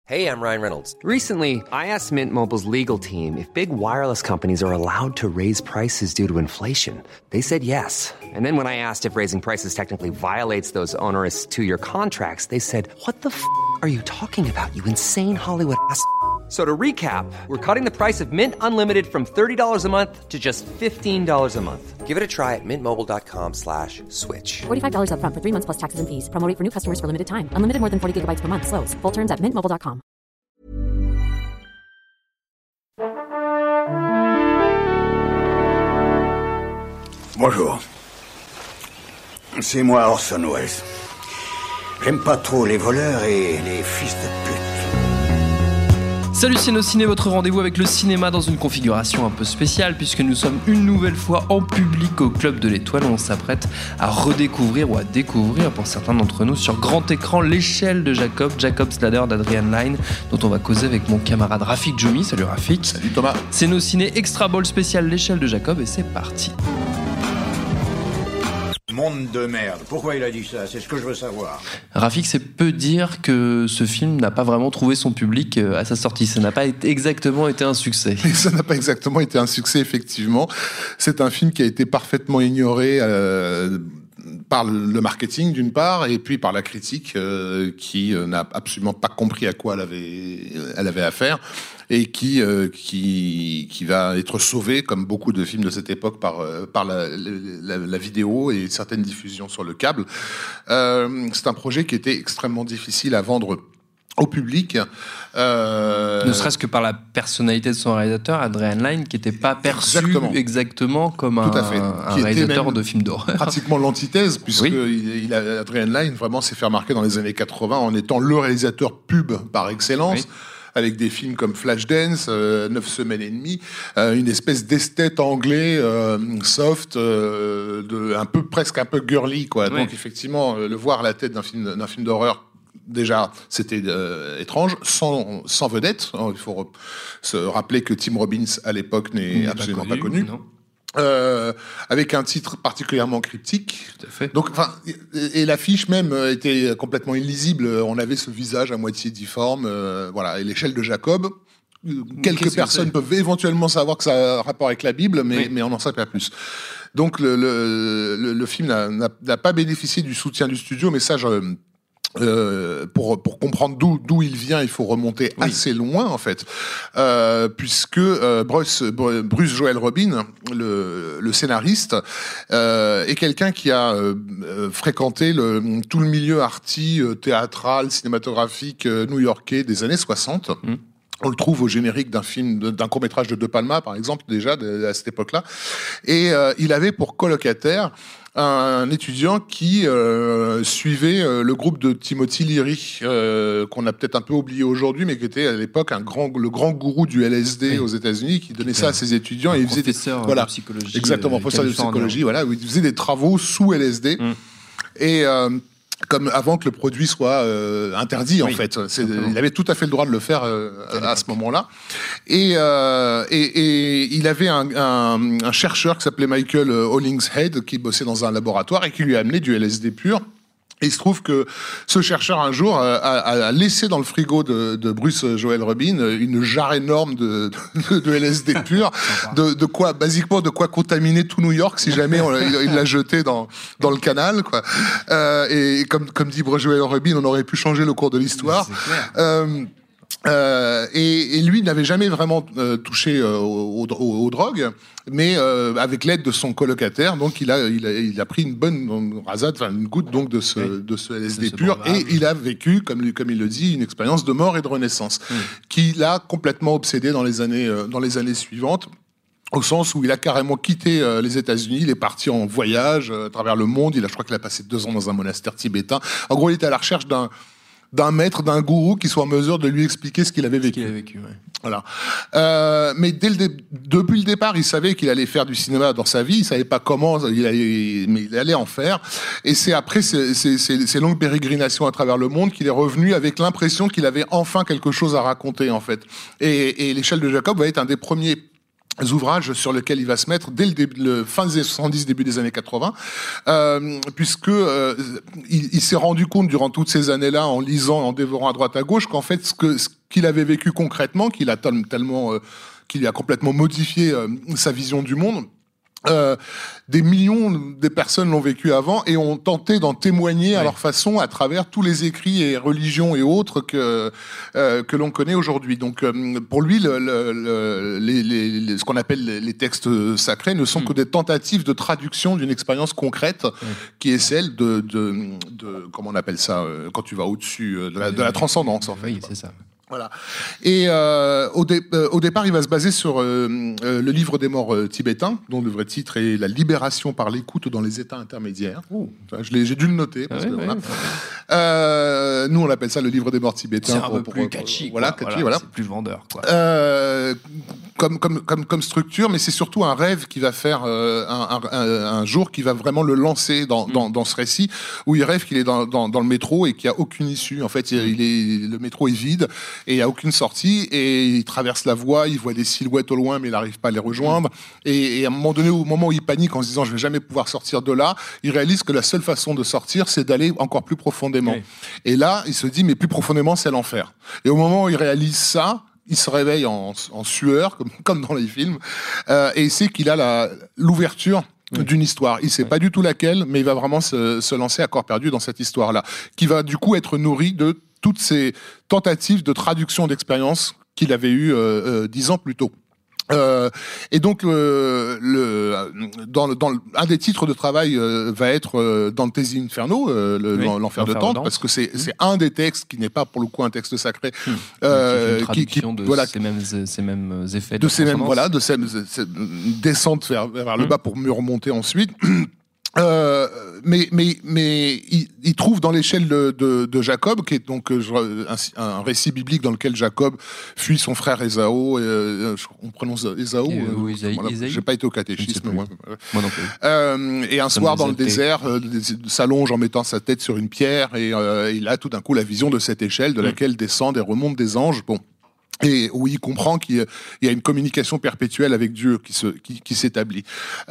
Hey, I'm Ryan Reynolds. Recently, I asked Mint Mobile's legal team if big wireless companies are allowed to raise prices due to inflation. They said yes. And then when I asked if raising prices technically violates those onerous two-year contracts, they said, "What the f*** are you talking about, you insane Hollywood ass?" So to recap, we're cutting the price of Mint Unlimited from $30 a month to just $15 a month. Give it a try at mintmobile.com/switch. $45 up front for 3 months plus taxes and fees. Promo rate for new customers for limited time. Unlimited more than 40 gigabytes per month. Slows full terms at mintmobile.com. Bonjour. C'est moi Orson Welles. J'aime pas trop les voleurs et les fils de pute. Salut Ciné, votre rendez-vous avec le cinéma dans une configuration un peu spéciale puisque nous sommes une nouvelle fois en public au Club de l'Étoile où on s'apprête à redécouvrir ou à découvrir pour certains d'entre nous sur grand écran L'échelle de Jacob, Jacob's Ladder d'Adrian Lyne, dont on va causer avec mon camarade Rafik Djoumi. Salut Rafik. Salut Thomas. C'est nos ciné extra ball spécial L'échelle de Jacob et c'est parti. Monde de merde. Pourquoi il a dit ça ? C'est ce que je veux savoir. Rafik, c'est peu dire que ce film n'a pas vraiment trouvé son public à sa sortie. Ça n'a pas exactement été un succès. Et ça n'a pas exactement été un succès, effectivement. C'est un film qui a été parfaitement ignoré par le marketing, d'une part, et puis par la critique, qui n'a absolument pas compris à quoi elle avait affaire. Et qui va être sauvé, comme beaucoup de films de cette époque, par la vidéo et certaines diffusions sur le câble. C'est un projet qui était extrêmement difficile à vendre au public. Ne serait-ce que par la personnalité de son réalisateur, Adrian Lyne, qui n'était pas perçu exactement comme un réalisateur de films d'horreur. Pratiquement l'antithèse, puisque Adrian Lyne vraiment s'est fait remarquer dans les années 80 en étant le réalisateur pub par excellence. Oui. Avec des films comme Flashdance, 9 semaines et demie, une espèce d'esthète anglais soft, presque un peu girly, quoi. Oui. Donc effectivement, le voir à la tête d'un film d'horreur, déjà, c'était étrange, sans vedette. Il faut se rappeler que Tim Robbins, à l'époque, n'est absolument pas connu. Non. Avec un titre particulièrement cryptique. Tout à fait. Donc, et l'affiche même était complètement illisible. On avait ce visage à moitié difforme. Voilà. Et l'échelle de Jacob. Quelques personnes peuvent éventuellement savoir que ça a un rapport avec la Bible, mais on n'en sait pas plus. Donc, le film n'a pas bénéficié du soutien du studio, mais ça, pour comprendre d'où il vient, il faut remonter assez loin en fait, puisque Bruce Joel Robin, le scénariste, est quelqu'un qui a fréquenté tout le milieu arty, théâtral, cinématographique new-yorkais des années 60. On le trouve au générique d'un court-métrage de De Palma, par exemple, déjà à cette époque-là. Et il avait pour colocataire un étudiant qui suivait le groupe de Timothy Leary, qu'on a peut-être un peu oublié aujourd'hui, mais qui était à l'époque le grand gourou du LSD aux États-unis, qui donnait ça à ses étudiants. Et il faisait professeur de psychologie. Exactement, professeur de psychologie, voilà, où il faisait des travaux sous LSD. Et comme avant que le produit soit interdit, en fait. Il avait tout à fait le droit de le faire à ce moment-là. Et il avait un chercheur qui s'appelait Michael Hollingshead, qui bossait dans un laboratoire et qui lui a amené du LSD pur. Et il se trouve que ce chercheur, un jour, a laissé dans le frigo de Bruce Joel Robin une jarre énorme de LSD pur, de quoi contaminer tout New York si jamais il l'a jeté dans le canal, quoi. Et comme dit Bruce Joel Robin, on aurait pu changer le cours de l'histoire. Et lui n'avait jamais vraiment touché aux drogues, mais avec l'aide de son colocataire, donc il a pris une bonne rasade, enfin une goutte donc de ce LSD pur, et il a vécu, comme il le dit, une expérience de mort et de renaissance, qui l'a complètement obsédé dans les années suivantes. Au sens où il a carrément quitté les États-Unis, il est parti en voyage à travers le monde. Je crois qu'il a passé 2 ans dans un monastère tibétain. En gros, il était à la recherche d'un maître, d'un gourou qui soit en mesure de lui expliquer ce qu'il avait vécu. Voilà. Mais depuis le départ, il savait qu'il allait faire du cinéma dans sa vie. Il savait pas comment, mais il allait en faire. Et c'est après ces longues pérégrinations à travers le monde qu'il est revenu avec l'impression qu'il avait enfin quelque chose à raconter, en fait. Et l'échelle de Jacob va être un des premiers ouvrages sur lesquels il va se mettre dès le fin des années 70, début des années 80, puisque il s'est rendu compte durant toutes ces années-là, en lisant, en dévorant à droite à gauche, qu'en fait, ce qu'il avait vécu concrètement, qu'il a complètement modifié sa vision du monde. Des millions de personnes l'ont vécu avant et ont tenté d'en témoigner à leur façon à travers tous les écrits et religions et autres que l'on connaît aujourd'hui. Donc pour lui, ce qu'on appelle les textes sacrés ne sont que des tentatives de traduction d'une expérience concrète qui est celle de comment on appelle ça quand tu vas au-dessus de la transcendance en fait. Oui, c'est ça. Voilà. Et au départ, il va se baser sur le livre des morts tibétain, dont le vrai titre est La libération par l'écoute dans les états intermédiaires. J'ai dû le noter. Parce que, nous, on appelle ça le livre des morts tibétain. C'est un peu plus catchy. Voilà. C'est plus vendeur. Quoi. Comme structure, mais c'est surtout un rêve qui va faire un jour qui va vraiment le lancer dans ce récit, où il rêve qu'il est dans le métro et qu'il n'y a aucune issue. En fait, le métro est vide. Et il n'y a aucune sortie, et il traverse la voie, il voit des silhouettes au loin, mais il n'arrive pas à les rejoindre. Et à un moment donné, au moment où il panique en se disant « je ne vais jamais pouvoir sortir de là », il réalise que la seule façon de sortir, c'est d'aller encore plus profondément. Oui. Et là, il se dit « mais plus profondément, c'est l'enfer ». Et au moment où il réalise ça, il se réveille en sueur, comme dans les films, et il sait qu'il a l'ouverture d'une histoire. Il ne sait pas du tout laquelle, mais il va vraiment se lancer à corps perdu dans cette histoire-là, qui va du coup être nourrie de toutes ces tentatives de traduction d'expérience qu'il avait eues 10 ans plus tôt. Et donc, un des titres de travail va être Dante's Inferno, l'enfer de Dante, parce que c'est un des textes qui n'est pas pour le coup un texte sacré, qui voilà, ces mêmes effets, de ces descente vers le bas pour mieux remonter ensuite. Mais il trouve dans l'échelle de Jacob, qui est donc un récit biblique dans lequel Jacob fuit son frère Ésaü, on prononce Ésaü, j'ai pas été au catéchisme, moi non plus. Et un soir dans le désert, s'allonge en mettant sa tête sur une pierre, et il a tout d'un coup la vision de cette échelle de laquelle descendent et remontent des anges. Bon. Et où il comprend qu'il y a une communication perpétuelle avec Dieu qui s'établit.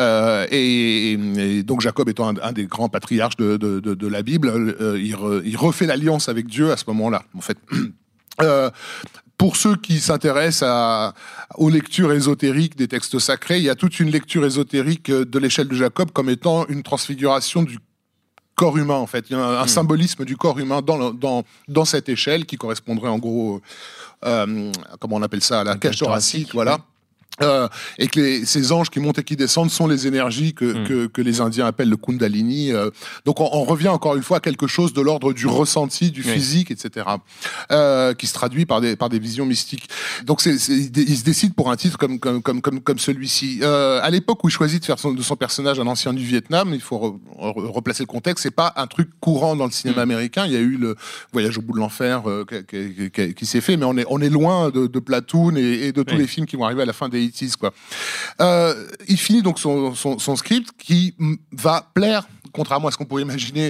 Et donc Jacob étant un des grands patriarches de la Bible, il refait l'alliance avec Dieu à ce moment-là, en fait. Pour ceux qui s'intéressent aux lectures ésotériques des textes sacrés, il y a toute une lecture ésotérique de l'échelle de Jacob comme étant une transfiguration du corps humain, en fait. Il y a un symbolisme du corps humain dans cette échelle qui correspondrait en gros, comment on appelle ça, à la cage thoracique, voilà. Et que ces anges qui montent et qui descendent sont les énergies que les Indiens appellent le Kundalini. Donc on revient encore une fois à quelque chose de l'ordre du ressenti, du physique, etc., qui se traduit par des visions mystiques. Donc il se décide pour un titre comme celui-ci. À l'époque où il choisit de faire de son personnage un ancien du Vietnam, il faut replacer le contexte, c'est pas un truc courant dans le cinéma américain. Il y a eu le Voyage au bout de l'enfer qui s'est fait, mais on est loin de Platoon et de tous les films qui vont arriver à la fin des quoi. Il finit donc son script qui va plaire, contrairement à ce qu'on pourrait imaginer,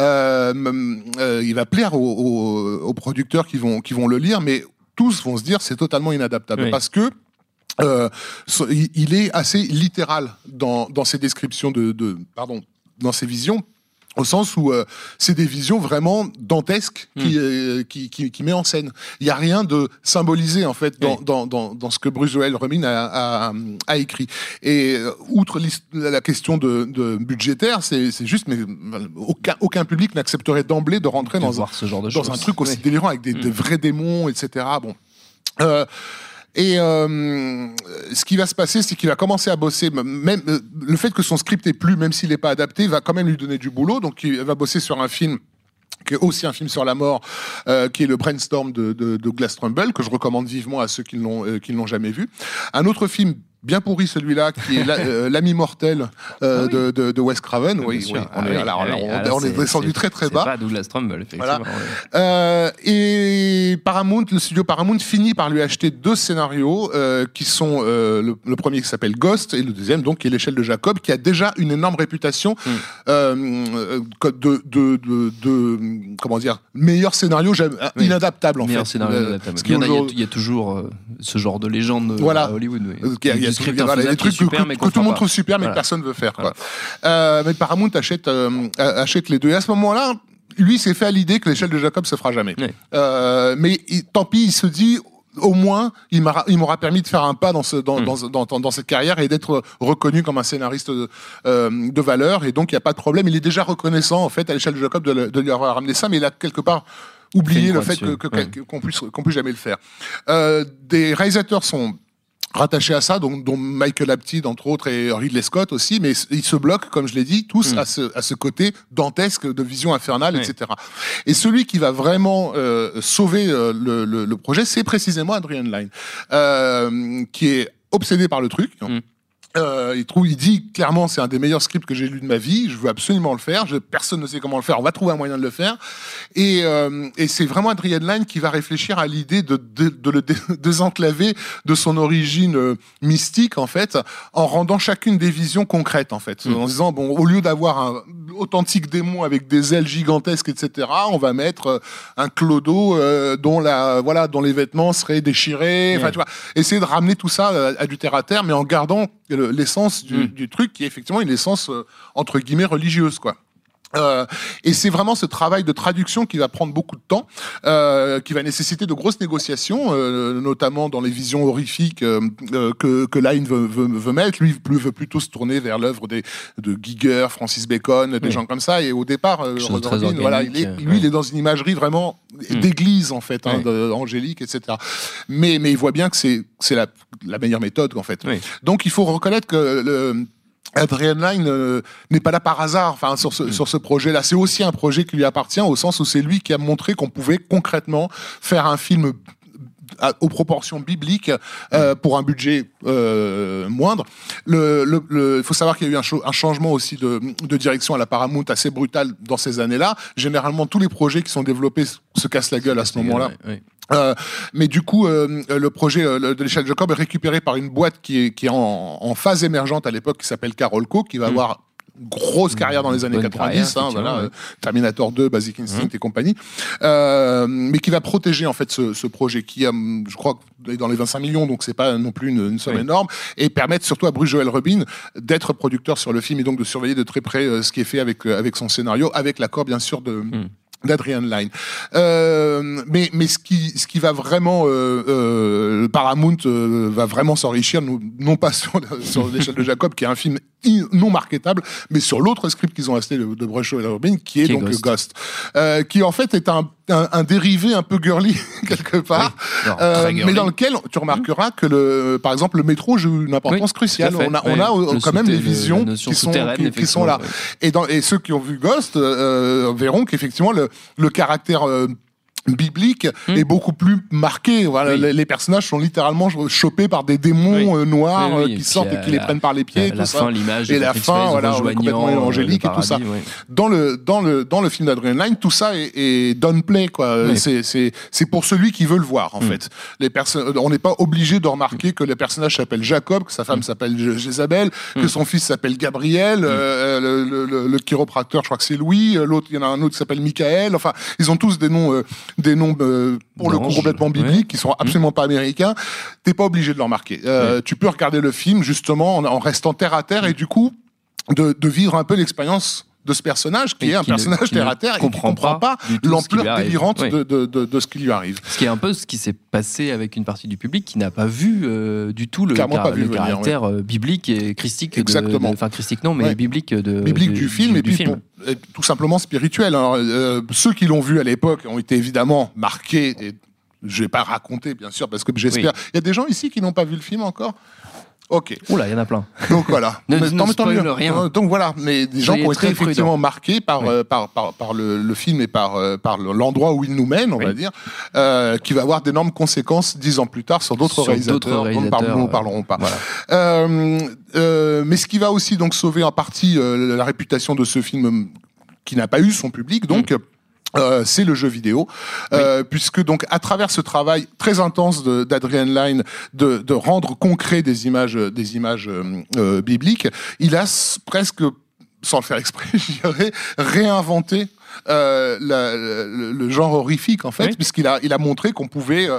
il va plaire aux producteurs qui vont le lire, mais tous vont se dire c'est totalement inadaptable parce que il est assez littéral dans ses descriptions dans ses visions. Au sens où c'est des visions vraiment dantesques qui met en scène. Il n'y a rien de symbolisé en fait dans ce que Bruce Joel Rumine a écrit. Et outre la question de budgétaire, c'est juste, mais aucun public n'accepterait d'emblée de rentrer dans un truc aussi délirant avec des vrais démons, etc. Bon. Et ce qui va se passer, c'est qu'il va commencer à bosser. Même le fait que son script est plus, même s'il n'est pas adapté, va quand même lui donner du boulot. Donc il va bosser sur un film qui est aussi un film sur la mort, qui est le Brainstorm de Douglas Trumbull, que je recommande vivement à ceux qui ne l'ont jamais vu. Un autre film bien pourri, celui-là, qui est L'ami mortel de Wes Craven. On est descendu très très bas. C'est pas Douglas Trumbull, effectivement. Voilà. Et le studio Paramount finit par lui acheter 2 scénarios qui sont le premier qui s'appelle Ghost et le deuxième donc qui est L'échelle de Jacob, qui a déjà une énorme réputation comment dire, meilleur scénario inadaptable en fait. Scénario inadaptable. Il y a toujours ce genre de légende à Hollywood. Il y a script voilà, infaisable des trucs super, que mais tout le monde trouve super, mais Voilà. que personne veut faire. Quoi. Mais Paramount achète les deux. Et à ce moment-là, lui s'est fait à l'idée que l'échelle de Jacob se fera jamais. Ouais. Mais tant pis, il se dit. Au moins, il m'aura permis de faire un pas dans cette carrière et d'être reconnu comme un scénariste de valeur. Et donc, il n'y a pas de problème. Il est déjà reconnaissant, en fait, à l'échelle de Jacob de lui avoir ramené ça, mais il a quelque part oublié le fait qu'on puisse jamais le faire. Des réalisateurs sont rattachés à ça, dont Michael Apted, entre autres, et Ridley Scott aussi, mais ils se bloquent, comme je l'ai dit, tous à ce côté dantesque de vision infernale, etc. Et celui qui va vraiment sauver le projet, c'est précisément Adrian Lyne, qui est obsédé par le truc. Il dit clairement, c'est un des meilleurs scripts que j'ai lu de ma vie, je veux absolument le faire, personne ne sait comment le faire, on va trouver un moyen de le faire. Et c'est vraiment Adrian Lyne qui va réfléchir à l'idée de le désenclaver de son origine mystique, en fait, en rendant chacune des visions concrètes, en fait. En disant, bon, au lieu d'avoir un authentique démon avec des ailes gigantesques, etc., on va mettre un clodo dont les vêtements seraient déchirés. Enfin, tu vois, essayer de ramener tout ça à du terre à terre, mais en gardant l'essence du truc qui est effectivement une essence entre guillemets religieuse, quoi. Et c'est vraiment ce travail de traduction qui va prendre beaucoup de temps, qui va nécessiter de grosses négociations, notamment dans les visions horrifiques que Lyne veut mettre. Lui veut plutôt se tourner vers l'œuvre de Giger, Francis Bacon, des gens comme ça. Et au départ, Robin, voilà, il est dans une imagerie vraiment d'église, en fait, angélique, etc. Mais il voit bien que c'est la meilleure méthode, en fait. Donc il faut reconnaître que Adrian Lyne n'est pas là par hasard, enfin, sur ce projet-là. C'est aussi un projet qui lui appartient, au sens où c'est lui qui a montré qu'on pouvait concrètement faire un film aux proportions bibliques pour un budget moindre. Il faut savoir qu'il y a eu un changement aussi de direction à la Paramount assez brutal dans ces années-là. Généralement, tous les projets qui sont développés se cassent la gueule à ce moment-là. Mais du coup, le projet de l'échelle de Jacob est récupéré par une boîte qui est en phase émergente à l'époque, qui s'appelle Carolco, qui va avoir grosse carrière dans les années 90, Terminator 2, Basic Instinct et compagnie, mais qui va protéger en fait ce projet qui, je crois, est dans les 25 millions, donc c'est pas non plus une somme énorme, et permettre surtout à Bruce Joel Rubin d'être producteur sur le film et donc de surveiller de très près ce qui est fait avec son scénario, avec l'accord bien sûr d'Adrian Lyne. Mais ce qui va vraiment Paramount va vraiment s'enrichir, non pas sur l'échelle de Jacob, qui est un film non marketable, mais sur l'autre script qu'ils ont acheté de Bruce Joel Rubin, qui est donc Ghost, qui en fait est un dérivé un peu girly quelque part, mais dans lequel tu remarqueras que par exemple le métro joue une importance cruciale. On a quand même des visions qui sont là. Et ceux qui ont vu Ghost verront qu'effectivement le caractère biblique est beaucoup plus marqué. Voilà, les personnages sont littéralement chopés par des démons noirs qui sortent et qui les prennent par les pieds. La fin, l'image et la fin, voilà, complètement angélique et tout ça. Dans le film d'Adrian Lyne, tout ça est downplay, quoi. C'est pour celui qui veut le voir, en fait. On n'est pas obligé de remarquer que le personnage s'appelle Jacob, que sa femme s'appelle Jézabel, que son fils s'appelle Gabriel, le chiropracteur, je crois que c'est Louis, l'autre, il y en a un autre qui s'appelle Michael. Enfin, ils ont tous des noms pour le coup complètement bibliques, qui sont absolument pas américains. T'es pas obligé de le remarquer. Tu peux regarder le film justement en restant terre à terre et du coup de vivre un peu l'expérience de ce personnage qui est un personnage terre à terre et qui comprend pas l'ampleur délirante de ce qui lui arrive. Ce qui est un peu ce qui s'est passé avec une partie du public qui n'a pas vu du tout le caractère biblique et christique. Exactement. Enfin christique non, mais biblique du film et puis tout simplement spirituel. Alors, ceux qui l'ont vu à l'époque ont été évidemment marqués. Et je vais pas raconter bien sûr parce que j'espère. Il y a des gens ici qui n'ont pas vu le film encore. Ok. Oula, il y en a plein. Donc voilà. Tant mieux. Rien. Donc voilà, mais des gens qui ont été effectivement marqués par le film et par l'endroit où il nous mène, on va dire, qui va avoir d'énormes conséquences 10 ans plus tard sur d'autres réalisateurs dont nous ne parlerons pas. Voilà. Mais ce qui va aussi donc sauver en partie la réputation de ce film qui n'a pas eu son public, donc. C'est le jeu vidéo, puisque donc à travers ce travail très intense d'Adrian Lyne de rendre concret des images bibliques, il a presque, sans le faire exprès, je dirais, réinventé le genre horrifique en fait, puisqu'il a montré qu'on pouvait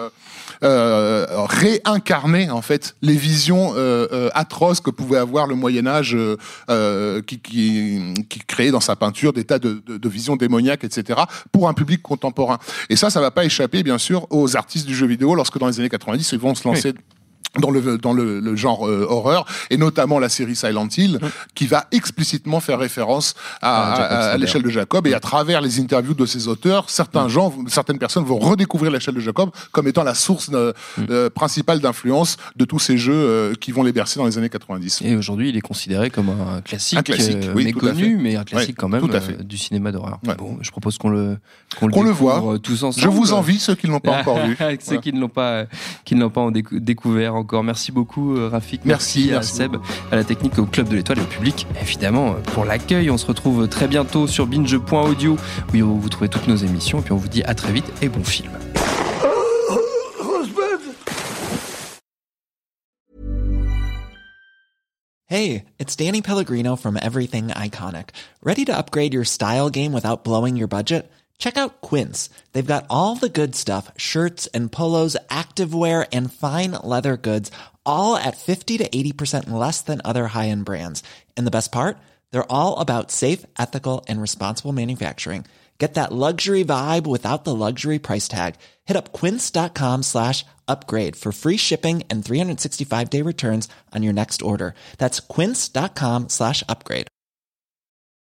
réincarner en fait les visions atroces que pouvait avoir le Moyen-Âge, qui créait dans sa peinture des tas de visions démoniaques, etc., pour un public contemporain. Et ça va pas échapper bien sûr aux artistes du jeu vidéo lorsque dans les années 90 ils vont se lancer dans le genre horreur, et notamment la série Silent Hill, qui va explicitement faire référence à l'échelle de Jacob, et à travers les interviews de ces auteurs, certaines personnes vont redécouvrir l'échelle de Jacob comme étant la source principale d'influence de tous ces jeux qui vont les bercer dans les années 90. Et aujourd'hui, il est considéré comme un classique oui, méconnu, mais un classique quand même du cinéma d'horreur. Ouais. Bon, je propose qu'on le voit tous ensemble. Je vous envie, ceux qui ne l'ont pas encore vu. Ceux qui ne l'ont pas découvert encore. Merci beaucoup Rafik, merci à Seb, à la technique, au Club de l'Étoile et au public évidemment pour l'accueil. On se retrouve très bientôt sur binge.audio où vous trouvez toutes nos émissions, et puis on vous dit à très vite et bon film. Hey, it's Danny Pellegrino from Everything Iconic. Ready to upgrade your style game without blowing your budget? Check out Quince. They've got all the good stuff, shirts and polos, activewear, and fine leather goods, all at 50 to 80% less than other high-end brands. And the best part? They're all about safe, ethical, and responsible manufacturing. Get that luxury vibe without the luxury price tag. Hit up quince.com/upgrade for free shipping and 365-day returns on your next order. That's quince.com/upgrade.